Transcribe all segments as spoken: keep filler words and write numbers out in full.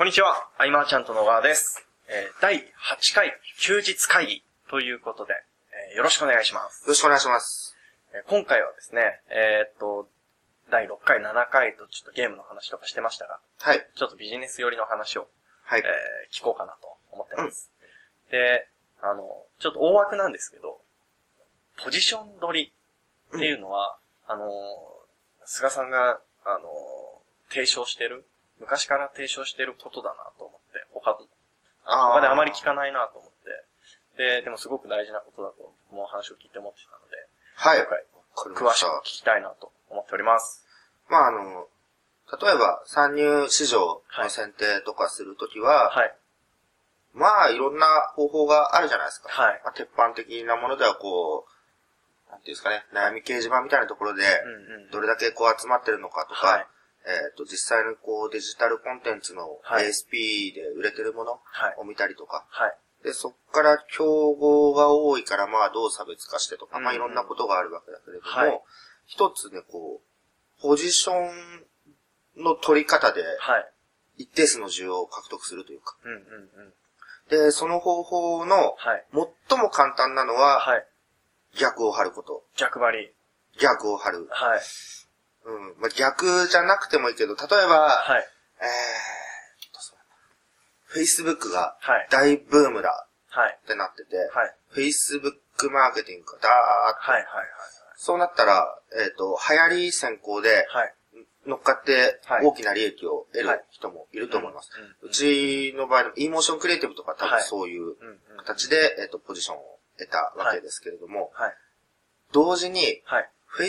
にちは、アイマーちゃんと野川です。えー、だいはちかい休日会議ということで、えー、よろしくお願いします。 よろしくお願いします。 えー、今回はですね、えー、っと、だいろっかい、ななかいとちょっとゲームの話とかしてましたが、 はい。 ちょっとビジネス寄りの話を、 はい。 えー、聞こうかなと思ってます。うん、で、あの、ちょっと大枠なんですけど、ポジション取りっていうのは、うん、あの、菅さんが、あの、提唱してる、昔から提唱してることだなと思って、他と、他であまり聞かないなと思って、で、でもすごく大事なことだと、この話を聞いて思ってたので、 はい。 今回、詳しく聞きたいなと思っております。 まあ、あの、例えば、参入市場の選定とかするときは、はい。まあ、いろんな方法があるじゃないですか。はい。まあ、鉄板的なものでは、こう、なんていうんですかね、悩み掲示板みたいなところで、どれだけこう集まってるのかとか、はい、えっと、実際にこうデジタルコンテンツの エーエスピー で売れてるものを見たりとか、はいはい、で、そっから競合が多いからまあどう差別化してとか、うんうん、まあいろんなことがあるわけだけれども、はい、一つね、こう、ポジションの取り方で、一定数の需要を獲得するというか、うんうんうん、で、その方法の、最も簡単なのは、はい、逆を張ること。 逆張り。 逆を張る。はい。うん。まあ、逆じゃなくてもいいけど、例えば、はい。えーと、そうだな。Facebook が大ブームだってなってて、はい。Facebook マーケティングがダーッと。はいはいはい。そうなったら、えっと、流行り先行で、はい。乗っかって大きな利益を得る人もいると思います。はい、うちの場合、e モーションクリエイティブとか多分そういう形で、えっと、ポジションを得たわけですけれども、はい。同時に、はい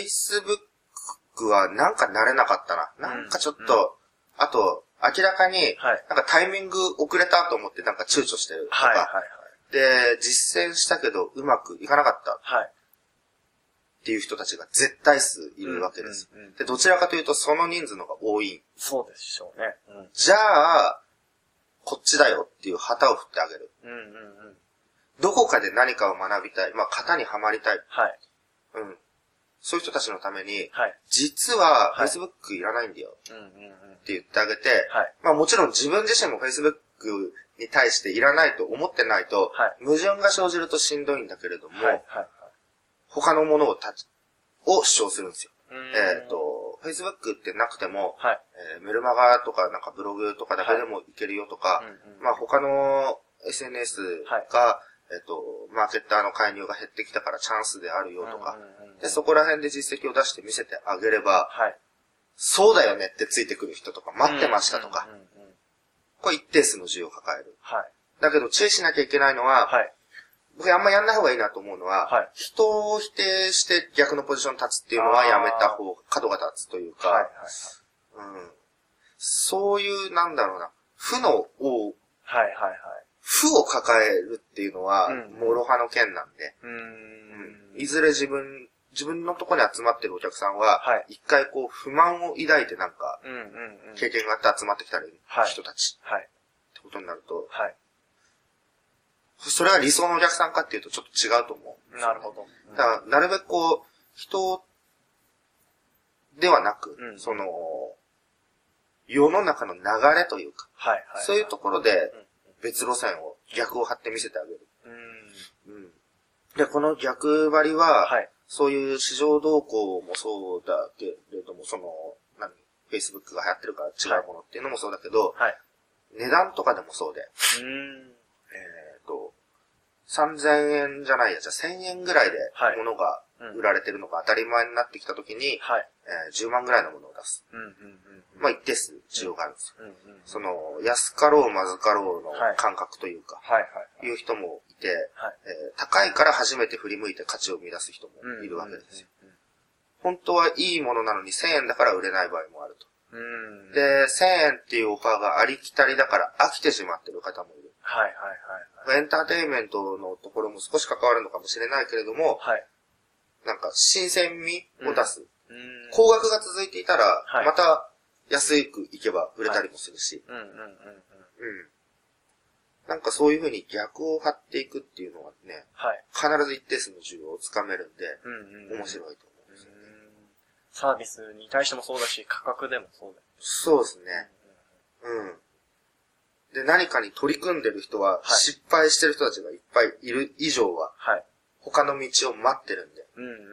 。Facebook はなんか慣れなかったな。なんかちょっと、うんうん、あと、明らかに、なんかタイミング遅れたと思ってなんか躊躇してるとか、はいはいはい、で、実践したけどうまくいかなかった。はい。っていう人たちが絶対数いるわけです、うんうんうん。で、どちらかというとその人数の方が多い。 そうでしょうね。うん、 じゃあ、こっちだよっていう旗を振ってあげる。うんうんうん、どこかで何かを学びたい。まあ、型にはまりたい。はい。うん。そういう人たちのために、はい、実は Facebook いらないんだよ、はい、って言ってあげて、はい、まあもちろん自分自身も Facebook に対していらないと思ってないと、はい、矛盾が生じるとしんどいんだけれども、はいはいはい、他のものをたを主張するんですよ。えっと、Facebook ってなくても、はい、えー、メルマガとかなんかブログとかだけでもいけるよとか、はい、まあ他の エスエヌエス が、はい、えっと、マーケッターの介入が減ってきたからチャンスであるよとか、で、そこら辺で実績を出して見せてあげれば、はい、そうだよねってついてくる人とか待ってましたとか、これ一定数の需要を抱える。はい、だけど注意しなきゃいけないのは、はい、僕あんまやんない方がいいなと思うのは、はい、人を否定して逆のポジションに立つっていうのはやめた方が角が立つというか、はいはいはい、うん、そういう、なんだろうな、負のを、はいはいはい、負を抱えるっていうのは、諸刃の剣なんで、うんうん、いずれ自分、自分のところに集まってるお客さんは、はい、一回こう不満を抱いてなんか、うんうんうん、経験があって集まってきた人たち、はい、ってことになると、はい、それは理想のお客さんかっていうとちょっと違うと思う、ね。 なるほど。 うん、だから、なるべくこう、人ではなく、うん、その、世の中の流れというか、はいはいはい、そういうところで別路線を、逆を張って見せてあげる。うんうん、で、この逆張りは、はい、そういう市場動向もそうだけれども、その、何、Facebook が流行ってるから違うものっていうのもそうだけど、はい、値段とかでもそうで、うん、えっと、さんぜんえんじゃないや、じゃあせんえんぐらいで物が売られてるのが当たり前になってきたときに、はい、えー、じゅうまんぐらいのものを出す。うんうんうん、まあ一定数需要があるんですよ。うんうんうん、その、安かろうまずかろうの感覚というか、はいはいはい、いう人もいて、はいえー、高いから初めて振り向いて価値を生み出す人もいるわけですよ。うんうんうん、本当はいいものなのにせんえんだから売れない場合もあると。うん、で、せんえんっていうオファーがありきたりだから飽きてしまってる方もいる。はいはいはいはい、エンターテインメントのところも少し関わるのかもしれないけれども、はい、なんか新鮮味を出す。うん、高額が続いていたら、はい、また安くいけば売れたりもするし、はい、うんうんうんうん、なんかそういう風に逆を張っていくっていうのはね、はい、必ず一定数の需要をつかめるんで、うんうんうん、面白いと思うんですよね。 サービスに対してもそうだし、価格でもそうだよね。 そうですね。うん、うん。 で、何かに取り組んでる人は、失敗してる人たちがいっぱいいる以上は、はい、他の道を待ってるんで、うんうんうんうん、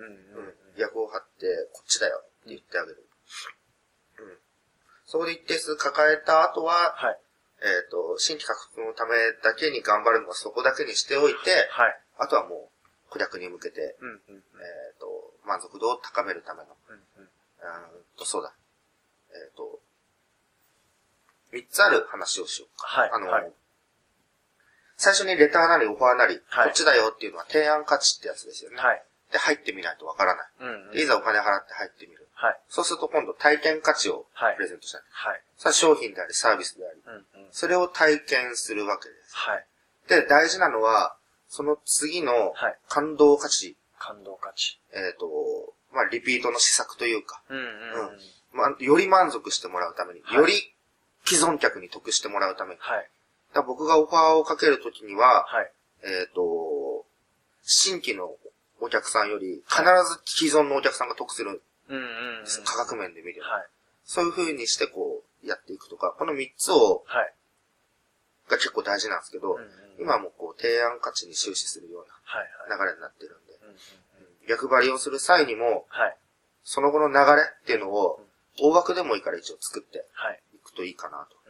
役を張って、こっちだよって言ってあげる。うん、そこで一定数抱えた後は、はい、えっと、新規獲得のためだけに頑張るのはそこだけにしておいて、はい、あとはもう、顧客に向けて、うんうんうん、えっと、満足度を高めるための、うんうん、うんと、そうだ、えっと、三つある話をしようか。はい。あの、はい、最初にレターなりオファーなり、はい、こっちだよっていうのは提案価値ってやつですよね。はい。で、入ってみないとわからない。うんうん、で、いざお金払って入ってみる。はい。そうすると今度体験価値をプレゼントしたい。はい。それは商品でありサービスであり、うんうん、それを体験するわけです。はい。で、大事なのは、その次の感動価値。 はい、感動価値。 えっと、まあ、リピートの施策というか、うんうんうんうんまあ、より満足してもらうために、はい、より既存客に得してもらうために。はい。だ僕がオファーをかけるときには、はい。えっと、新規のお客さんより必ず既存のお客さんが得する。うんうんうん、価格面で見る。はい。そういう風にしてこう、やっていくとか、このみっつを、はい。が結構大事なんですけど、うんうん、今はもうこう、提案価値に終始するような流れになってるんで、はいはい、逆張りをする際にも、はい。その後の流れっていうのを、大枠でもいいから一応作って、はい。いくといいかなと。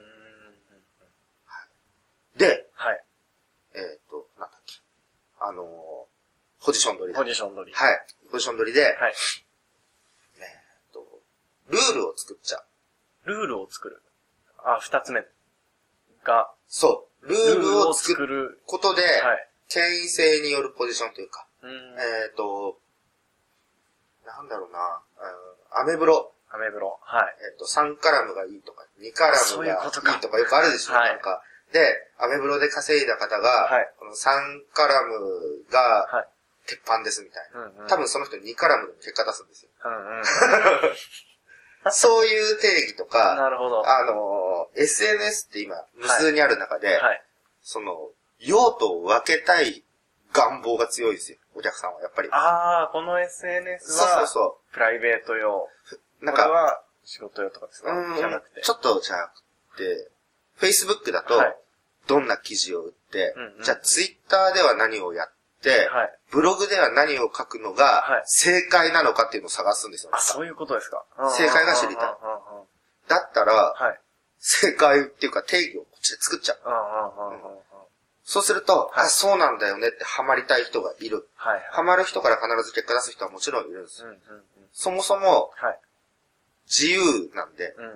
で、はい。えっと、なんだっけ。あのー、ポジション取り。 ポジション取り。 はい。ポジション取りで、はい。えっと、ルールを作っちゃう。ルールを作る。あ、二つ目が。 そう。ルールを作ることで、はい。権威性によるポジションというか、うんえっと、なんだろうな、アメブロ。 アメブロ。はい。 えっと、さんカラムがいいとか、にカラムがいいとかよくあるでしょ、はい、なんか。で、アメブロで稼いだ方が、はい、このさんカラムが、鉄板ですみたいな、はいうんうん。多分その人にカラムでも結果出すんですよ。うんうん、そういう定義とか、 なるほど。 あの、エスエヌエス って今、無数にある中で、はいはい、その、用途を分けたい願望が強いですよ、お客さんはやっぱり。 ああ、この エスエヌエス は、そうそうそう。プライベート用。なんか、これは仕事用とかですかうんじゃなくて。ちょっとじゃなくて、Facebook だと、どんな記事を売って、はい、じゃあ Twitter では何をやって、はい、ブログでは何を書くのが正解なのかっていうのを探すんですよ。 あ、そういうことですか。 正解が知りたい。だったら、はい、正解っていうか定義をこっちで作っちゃう。うんそうすると、はい、あ、そうなんだよねってハマりたい人がいる。はいはい、ハマる人から必ず結果出す人はもちろんいるんですよ。うんうんうん、そもそも、はい、自由なんで、うんうんうん、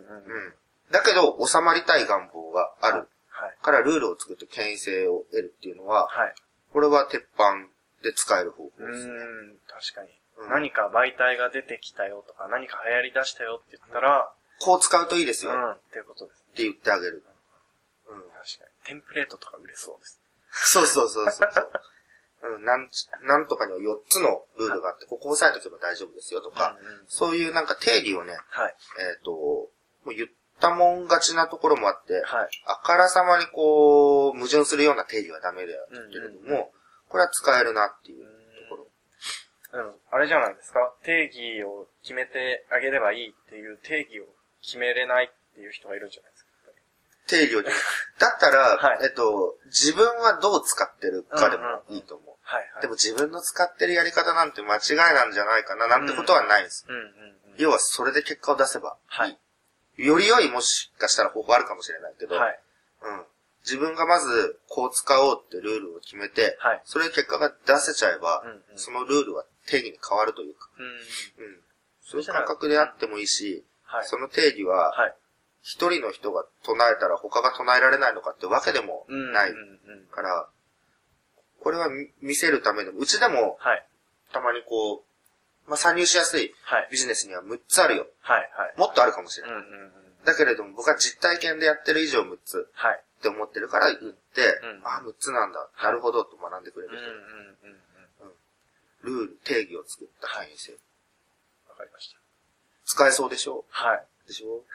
だけど収まりたい願望がある。はい、からルールを作って権威性を得るっていうのは、はい、これは鉄板で使える方法ですね。 うん確かに、うん。何か媒体が出てきたよとか、何か流行り出したよって言ったら、 こう使うといいですよ。うん、 っていうことですね。 って言ってあげる。 うん、確かに。テンプレートとか売れそうです。 そうそうそうそうそう、うん。なん、なんとかにはよっつのルールがあって、ここ押さえとけば大丈夫ですよとか、うんうん、そういうなんか定義をね、はい、えっと、もう言ったもん勝ちなところもあって、はい、あからさまにこう、矛盾するような定義はダメだよって言ってるけども、うんうんうん、これは使えるなっていうところ。 うん、あれじゃないですか、定義を決めてあげればいいっていう定義を決めれないっていう人がいるんじゃないですか。 定義を。だったら、はい、えっと、自分はどう使ってるかでもいいと思う。うんうんはいはい、でも自分の使ってるやり方なんて間違いなんじゃないかななんてことはないんです。うんうんうんうん、要はそれで結果を出せばいい。はい、より良いもしかしたら方法あるかもしれないけど、はいうん、自分がまずこう使おうってルールを決めて、はい、それで結果が出せちゃえば、うんうん、そのルールは定義に変わるというか、うんうん、そういう感覚であってもいいし、はい、その定義は、はい一人の人が唱えたら他が唱えられないのかってわけでもないから、これは見せるためでも、うちでも、たまにこう、まあ、参入しやすいビジネスにはむっつあるよ。もっとあるかもしれない。だけれども僕は実体験でやってる以上むっつって思ってるから言って、あ、むっつなんだ、なるほどと学んでくれる人。ルール、定義を作った会員制。 わかりました。 使えそうでしょはい。 でしょ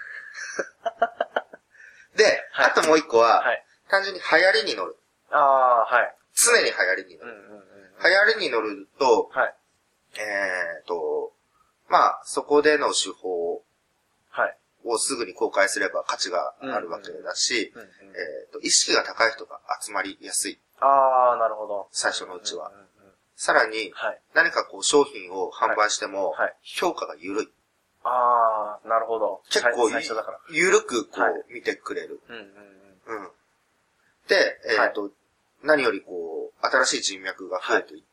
で、はい、あともう一個は、はい、単純に流行りに乗る。 ああ、はい。 常に流行りに乗る。うんうんうんうん、流行りに乗ると、はい、えっと、まあ、そこでの手法をすぐに公開すれば価値があるわけだし、えっと、意識が高い人が集まりやすい。 ああ、なるほど。 最初のうちは。さらに、はい、何かこう商品を販売しても、評価が緩い。 ああ、なるほど。 結構、緩くこう見てくれる。で、えっと、何よりこう、新しい人脈が増えていって、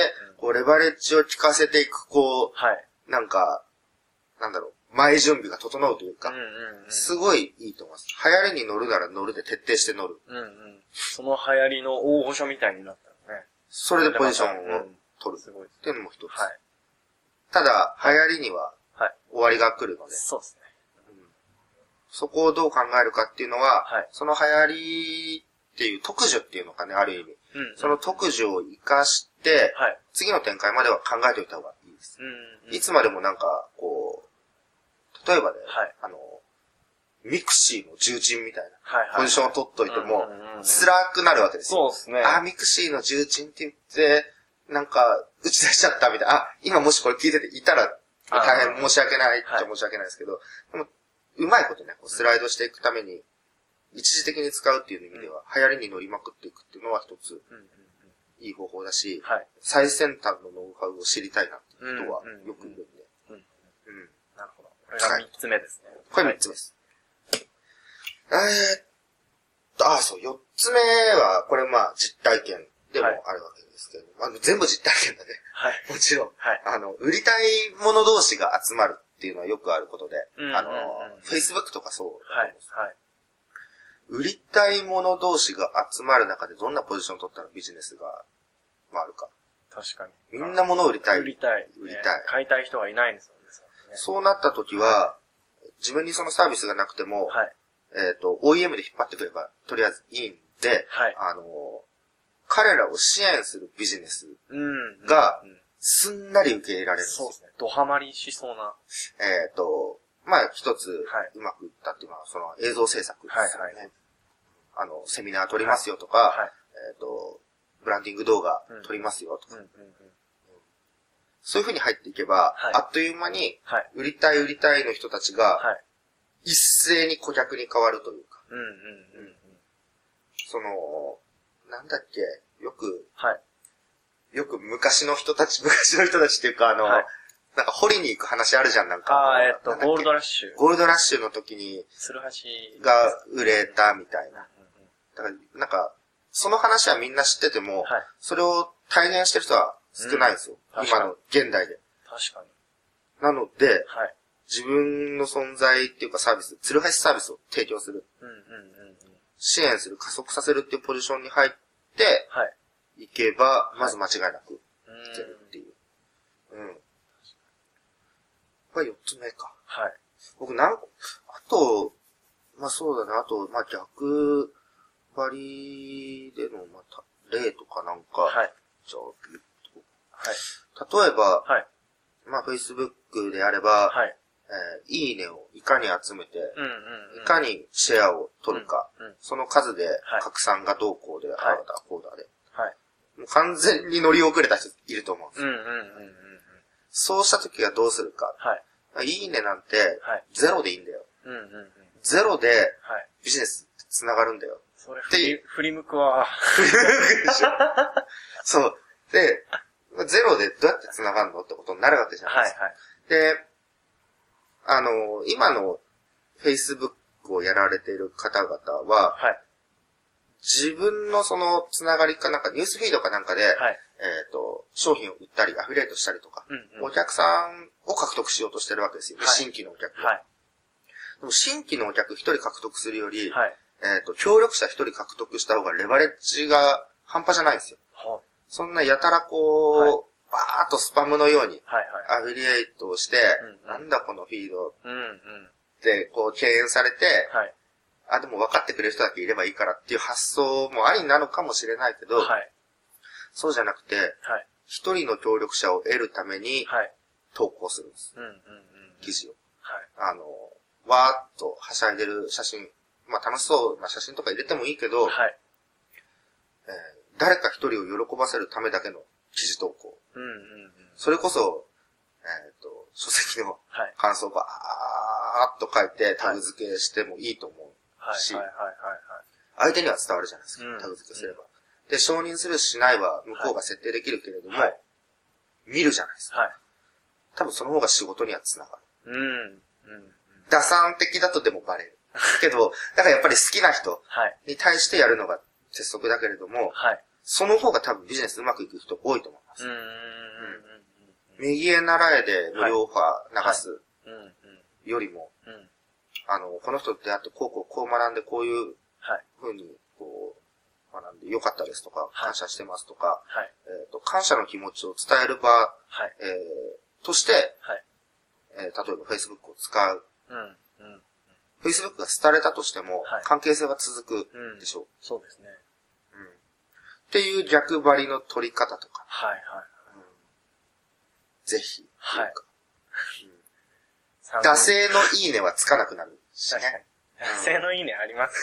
こう、レバレッジを効かせていく、こう、なんか、なんだろう、前準備が整うというか、すごいいいと思います。流行りに乗るなら乗るで徹底して乗る。 その流行りの大御所みたいになったね。 それでポジションを取る。っていうのも一つ。はい、ただ、流行りには終わりが来るので。 そうですね、 うん。そこをどう考えるかっていうのは、はい、その流行りっていう特需っていうのかね、ある意味。うん、その特需を活かして、はい、次の展開までは考えておいた方がいいです。うんうん、いつまでもなんか、こう、例えばね、はい、あの、ミクシーの重鎮みたいなポジションを取っといても、辛くなるわけですよ。 そうですね。 あ、ミクシーの重鎮って言って、なんか、打ち出しちゃったみたいな。あ、今もしこれ聞いてていたら、大変申し訳ないっちゃ申し訳ないですけど、でも、うまいことね、スライドしていくために、一時的に使うっていう意味では、流行りに乗りまくっていくっていうのは一つ、いい方法だし、最先端のノウハウを知りたいなっていう人はよくいるんで。 なるほど。これが三つ目ですね。 これ三つ目です。えーっと、あ、そう、四つ目は、これまあ実体験でもあるわけですけど、はい、あの全部実体験だね。はい。もちろん。はい。あの、売りたい者同士が集まるっていうのはよくあることで、うんうんうん、あの、Facebook とかそうだと思うんです。はい。はい。売りたい者同士が集まる中でどんなポジションを取ったらビジネスが回るか。 確かに。 みんな物を売りたい。 売りたい。 売りたい。 ね、買いたい人がいないんですよね。 そうなった時は、はい、自分にそのサービスがなくても、はい、えっと、オーイーエム で引っ張ってくれば、とりあえずいいんで、はい、あの、彼らを支援するビジネスが、すんなり受け入れられるんですよ。 そうですね。ドハマりしそうな。 えっと、まあ、一つ、うまくいったっていうのは、その映像制作ですよね。はいはい、あの、セミナー撮りますよとか、はい、えっと、ブランディング動画撮りますよとか。そういう風に入っていけば、はい、あっという間に、売りたい売りたいの人たちが、はい、一斉に顧客に変わるというか。うんうんうんうん、その、なんだっけ、よく、はい、よく昔の人たち、昔の人たちっていうか、あの、はい、なんか掘りに行く話あるじゃん、なんか。 ああ、えっと、ゴールドラッシュ。 ゴールドラッシュの時に、 ツルハシが売れたみたいな。だから、なんか、その話はみんな知ってても、はい、それを体現してる人は少ないんですよ。うん、今の現代で。 確かに。 なので、はい、自分の存在っていうかサービス、ツルハシサービスを提供する。うんうんうんうん、支援する、加速させるっていうポジションに入って、はい、いけば、まず間違いなくいけるっていう。うん。これ四つ目か。はい。僕なん、あと、まあそうだね、あと、まあ逆張りでの、また、例とかなんか、はい。じゃあ、はい。例えば、はい。まあ Facebook であれば、はい。えー、いいねをいかに集めて、うんうんうん、いかにシェアを取るか、うんうん、その数で拡散がどうこうで、はい、ああだこうだで、はい。もう完全に乗り遅れた人いると思うんですよ。うんうんうんうん、そうした時はどうするか。はい。いいねなんて、ゼロでいいんだよ。うんうんうん、ゼロで、ビジネスつながるんだよ。 それ振り、振り向くわ。 振り向くでしょ。そう。で、ゼロでどうやってつながるのってことになるわけじゃないですか。はいはい、で、あの、今の Facebook をやられている方々は、はい、自分のそのつながりかなんか、ニュースフィードかなんかで、はい、えっと、商品を売ったり、アフィリエイトしたりとか、うんうん、お客さんを獲得しようとしてるわけですよね、はい、新規のお客を。はい、でも新規のお客一人獲得するより、はい、えっと、協力者一人獲得した方がレバレッジが半端じゃないんですよ。はい、そんなやたらこう、はい、バーっとスパムのように、アフィリエイトをして、はいはい、なんだこのフィードって、こう、敬遠されて、はい、あ、でも分かってくれる人だけいればいいからっていう発想もありなのかもしれないけど、はい、そうじゃなくて、一、はい、人の協力者を得るために、投稿するんです。はい、記事を。はい、あの、わーっとはしゃいでる写真、まあ楽しそうな写真とか入れてもいいけど、はい、えー、誰か一人を喜ばせるためだけの記事投稿。うんうんうん、それこそ、えっと、 書籍の感想があーっと書いてタグ付けしてもいいと思うし、相手には伝わるじゃないですか、タグ付けすれば。で、承認するしないは向こうが設定できるけれども、はい、見るじゃないですか。はい、多分その方が仕事にはつながる。うんうん、打算的だとでもバレる。けど、だからやっぱり好きな人に対してやるのが鉄則だけれども、はい、その方が多分ビジネスうまくいく人多いと思います。右へ習えで無料オファー流すよりも、はい、あの、この人と出会ってこうこうこう学んでこういう風にこう学んでよかったですとか、感謝してますとか、はい、えっと、感謝の気持ちを伝える場、はい、えー、として、はい、えー、例えば Facebook を使う。うんうん、Facebook が廃れたとしても、はい、関係性は続くでしょう、うん。 そうですね。 うん。っていう逆張りの取り方とか。はいはい。うん、ぜひ。はい。うん、惰性のいいねはつかなくなるしね。 惰性のいいねあります。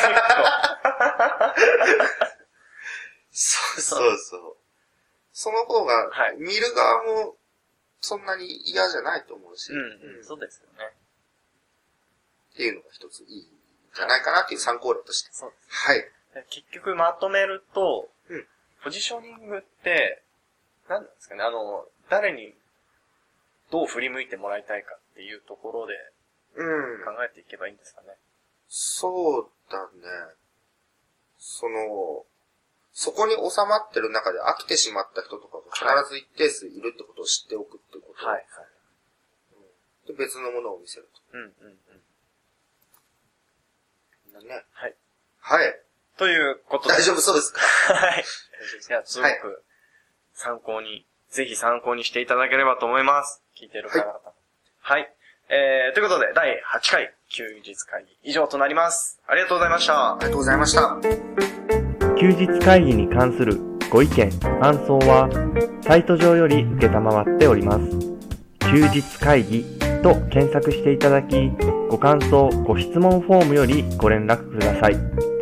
そうそうそう。その方が、見る側もそんなに嫌じゃないと思うし。 うんうん、そうですよね。 っていうのが一ついいんじゃないかなっていう参考例として。そうです。はい。 結局まとめると、うん、ポジショニングって、何なんですかね、あの、誰にどう振り向いてもらいたいかっていうところで、考えていけばいいんですかね。うん、 そうだね。その、そこに収まってる中で飽きてしまった人とかが必ず一定数いるってことを知っておくってこと。はい。はい、で、別のものを見せると。うんうんうん。ね。はい。はい。 ということで。 大丈夫そうですか？はい。 いや、すごく参考に、はい、ぜひ参考にしていただければと思います。聞いている方々。はい。はい、えー、ということで、だいはちかい休日会議以上となります。ありがとうございました。 ありがとうございました。 休日会議に関するご意見、感想は、サイト上より受けたまわっております。休日会議と検索していただき、ご感想、ご質問フォームよりご連絡ください。